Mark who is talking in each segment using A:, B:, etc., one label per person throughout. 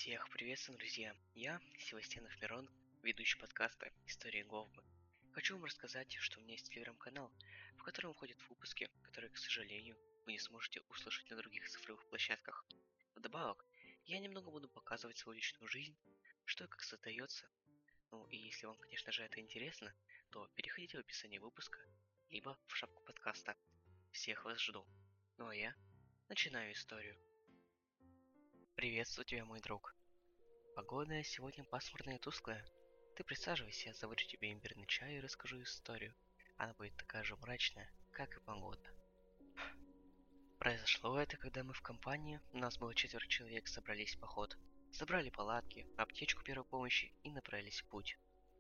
A: Всех приветствую, друзья! Я, Севастьянов Мирон, ведущий подкаста «История Говбы». Хочу вам рассказать, что у меня есть телеграм-канал, в котором входят выпуски, которые, к сожалению, вы не сможете услышать на других цифровых площадках. Вдобавок, я немного буду показывать свою личную жизнь, что и как создается. Ну и если вам, конечно же, это интересно, то переходите в описание выпуска, либо в шапку подкаста. Всех вас жду. Ну а я начинаю историю. Приветствую тебя, мой друг. Погода сегодня пасмурная и тусклая. Ты присаживайся, я заварю тебе имбирный чай и расскажу историю. Она будет такая же мрачная, как и погода. Произошло это, когда мы в компании, у нас было 4 человек, собрались в поход. Собрали палатки, аптечку первой помощи и направились в путь.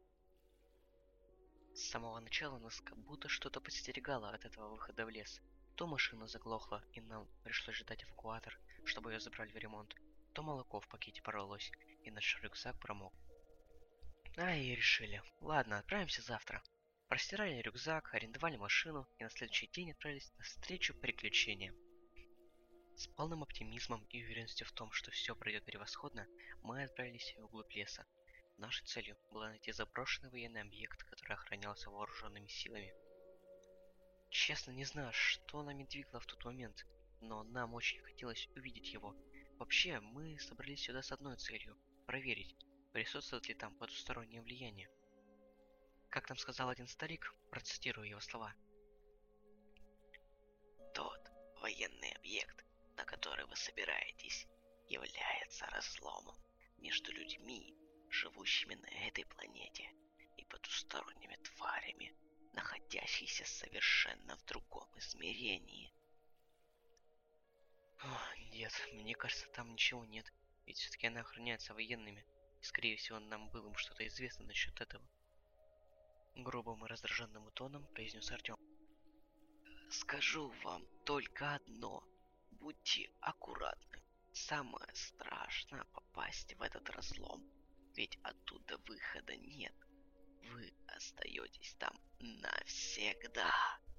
A: С самого начала нас как будто что-то подстерегало от этого выхода в лес. То машина заглохла, и нам пришлось ждать эвакуатор, чтобы ее забрали в ремонт, то молоко в пакете порвалось, и наш рюкзак промок. И решили. Ладно, отправимся завтра. Простирали рюкзак, арендовали машину и на следующий день отправились на встречу приключениям. С полным оптимизмом и уверенностью в том, что все пройдет превосходно, мы отправились вглубь леса. Нашей целью было найти заброшенный военный объект, который охранялся вооруженными силами. Честно, не знаю, что нами двигало в тот момент, но нам очень хотелось увидеть его. Вообще, мы собрались сюда с одной целью – проверить, присутствует ли там потустороннее влияние. Как нам сказал один старик, процитирую его слова. Тот военный объект, на который вы собираетесь, является разломом между людьми, живущими на этой планете, и потусторонними тварями, находящимися совершенно в другом измерении. Нет, мне кажется, там ничего нет, ведь все-таки она охраняется военными, и скорее всего нам было им что-то известно насчет этого. Грубым и раздраженным тоном произнес Артем. Скажу вам только одно. Будьте аккуратны. Самое страшное попасть в этот разлом, ведь оттуда выхода нет. Вы остаетесь там навсегда.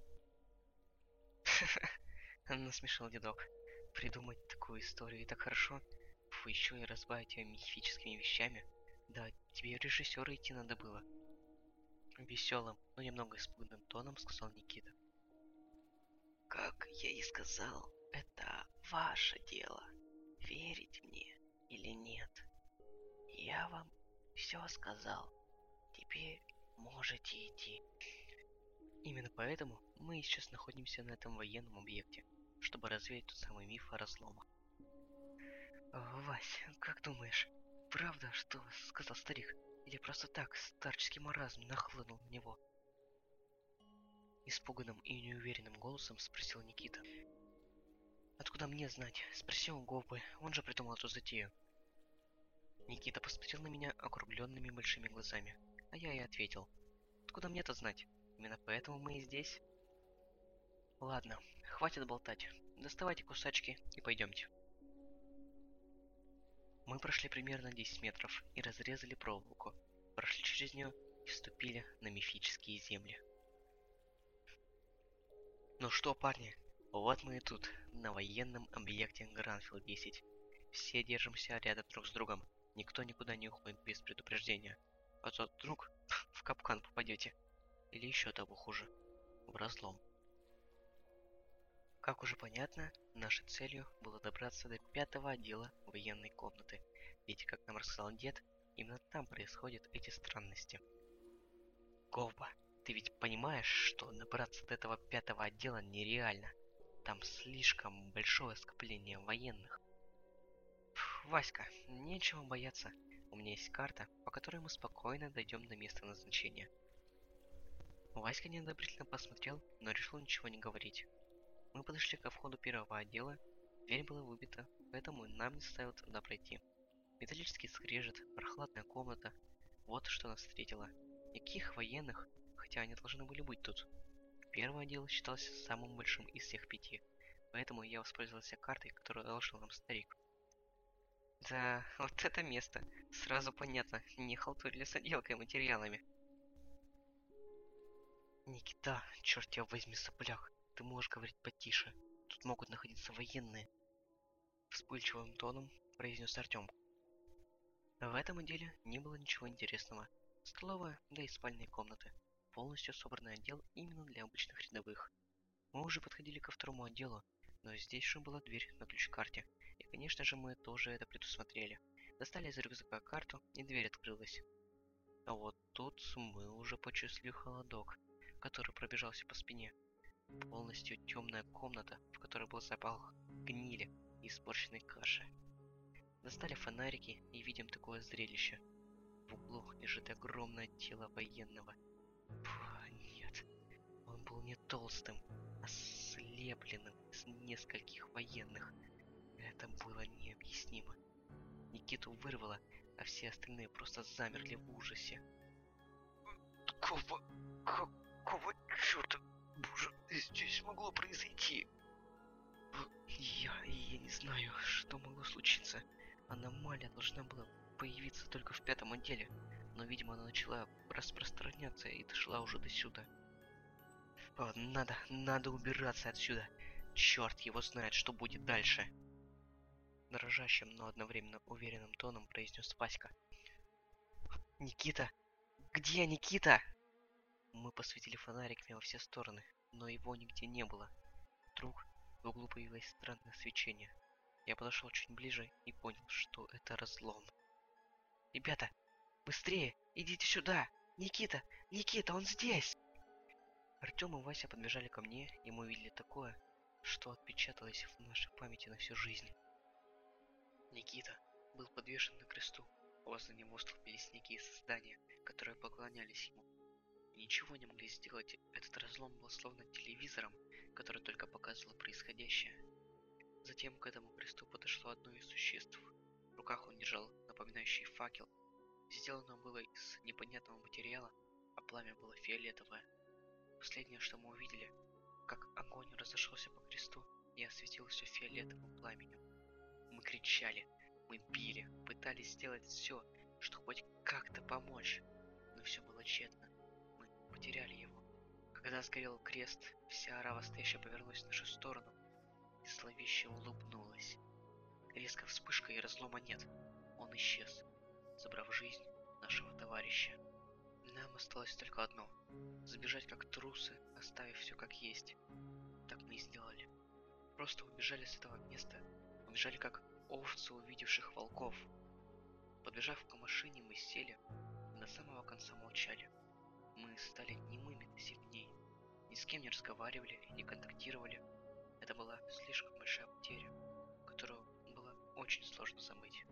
A: Насмешил дедок. Придумать такую историю и так хорошо. Фу, еще и разбавить ее мифическими вещами. Да, тебе в режиссера идти надо было. Веселым, но немного испуганным тоном сказал Никита. Как я и сказал, это ваше дело, верить мне или нет. Я вам все сказал, теперь можете идти. Именно поэтому мы сейчас находимся на этом военном объекте, чтобы развеять тот самый миф о разломах. Вась, как думаешь, правда, что сказал старик, или просто так старческий маразм нахлынул на него? Испуганным и неуверенным голосом спросил Никита. Откуда мне знать? Спросил у Говбы, он же придумал эту затею. Никита посмотрел на меня округленными большими глазами, а я и ответил. Откуда мне-то знать? Именно поэтому мы и здесь. Ладно, хватит болтать. Доставайте кусачки и пойдемте. Мы прошли примерно 10 метров и разрезали проволоку, прошли через нее и вступили на мифические земли. Ну что, парни, вот мы и тут, на военном объекте Гранфилл-10. Все держимся рядом друг с другом, никто никуда не уходит без предупреждения. А то вдруг в капкан попадете. Или еще того хуже, в разлом. Как уже понятно, нашей целью было добраться до 5-го отдела военной комнаты, ведь, как нам рассказал дед, именно там происходят эти странности. Говба, ты ведь понимаешь, что добраться до этого 5-го отдела нереально? Там слишком большое скопление военных. Васька, нечего бояться. У меня есть карта, по которой мы спокойно дойдем до места назначения. Васька неодобрительно посмотрел, но решил ничего не говорить. Мы подошли ко входу 1-го отдела, дверь была выбита, поэтому нам не стоило туда пройти. Металлический скрежет, прохладная комната, вот что нас встретило. Никаких военных, хотя они должны были быть тут. 1-й отдел считался самым большим из всех 5, поэтому я воспользовался картой, которую одолжил нам старик. Да, вот это место. Сразу понятно, не халтурили с отделкой материалами. Никита, черт тебя возьми, сопляк, ты можешь говорить потише. Тут могут находиться военные. Вспыльчивым тоном произнес Артем. В этом отделе не было ничего интересного. Столовая, да и спальные комнаты. Полностью собранный отдел именно для обычных рядовых. Мы уже подходили ко второму отделу, но здесь же была дверь на ключ-карте. И, конечно же, мы тоже это предусмотрели. Достали из рюкзака карту, и дверь открылась. А вот тут мы уже почувствовали холодок, который пробежался по спине. Полностью темная комната, в которой был запах гнили и испорченной каши. Достали фонарики и видим такое зрелище. В углу лежит огромное тело военного. Нет, он был не толстым, а слепленным из нескольких военных. Это было необъяснимо. Никиту вырвало, а все остальные просто замерли в ужасе. Какого черта? Боже, здесь могло произойти? Я не знаю, что могло случиться. Аномалия должна была появиться только в пятом отделе, но, видимо, она начала распространяться и дошла уже до сюда. Надо убираться отсюда. Черт его знает, что будет дальше. Дрожащим, но одновременно уверенным тоном произнес Васька. Никита! Где Никита? Мы посветили фонариками во все стороны, но его нигде не было. Вдруг в углу появилось странное свечение. Я подошел чуть ближе и понял, что это разлом. Ребята, быстрее, идите сюда! Никита! Никита, он здесь! Артем и Вася подбежали ко мне, и мы увидели такое, что отпечаталось в нашей памяти на всю жизнь. Никита был подвешен на кресту. Возле него столпились некие создания, которые поклонялись ему. И ничего не могли сделать. Этот разлом был словно телевизором, который только показывал происходящее. Затем к этому кресту подошло одно из существ. В руках он держал напоминающий факел. Сделано было из непонятного материала, а пламя было фиолетовое. Последнее, что мы увидели, как огонь разошелся по кресту и осветил все фиолетовым пламенем. Мы кричали, мы били, пытались сделать все, чтобы хоть как-то помочь, но все было тщетно. Мы потеряли его. Когда сгорел крест, вся орава стоящая повернулась в нашу сторону и зловеще улыбнулась. Резко вспышка, и разлома нет. Он исчез, забрав жизнь нашего товарища. Нам осталось только одно — сбежать как трусы, оставив все как есть. Так мы и сделали. Просто убежали с этого места. Убежали как овцы, увидевших волков. Подбежав к машине, мы сели и до самого конца молчали. Мы стали немыми на 7 дней. Ни с кем не разговаривали, не контактировали. Это была слишком большая потеря, которую было очень сложно забыть.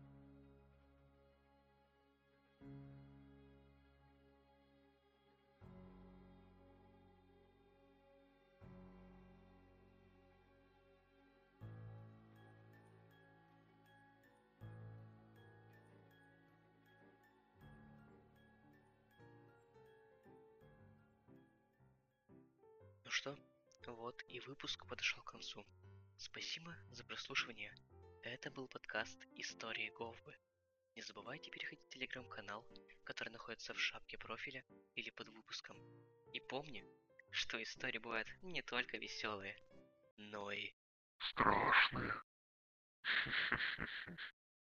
A: Ну что, вот и выпуск подошел к концу. Спасибо за прослушивание. Это был подкаст «Истории Говбы». Не забывайте переходить в телеграм-канал, который находится в шапке профиля или под выпуском. И помни, что истории бывают не только веселые, но и страшные.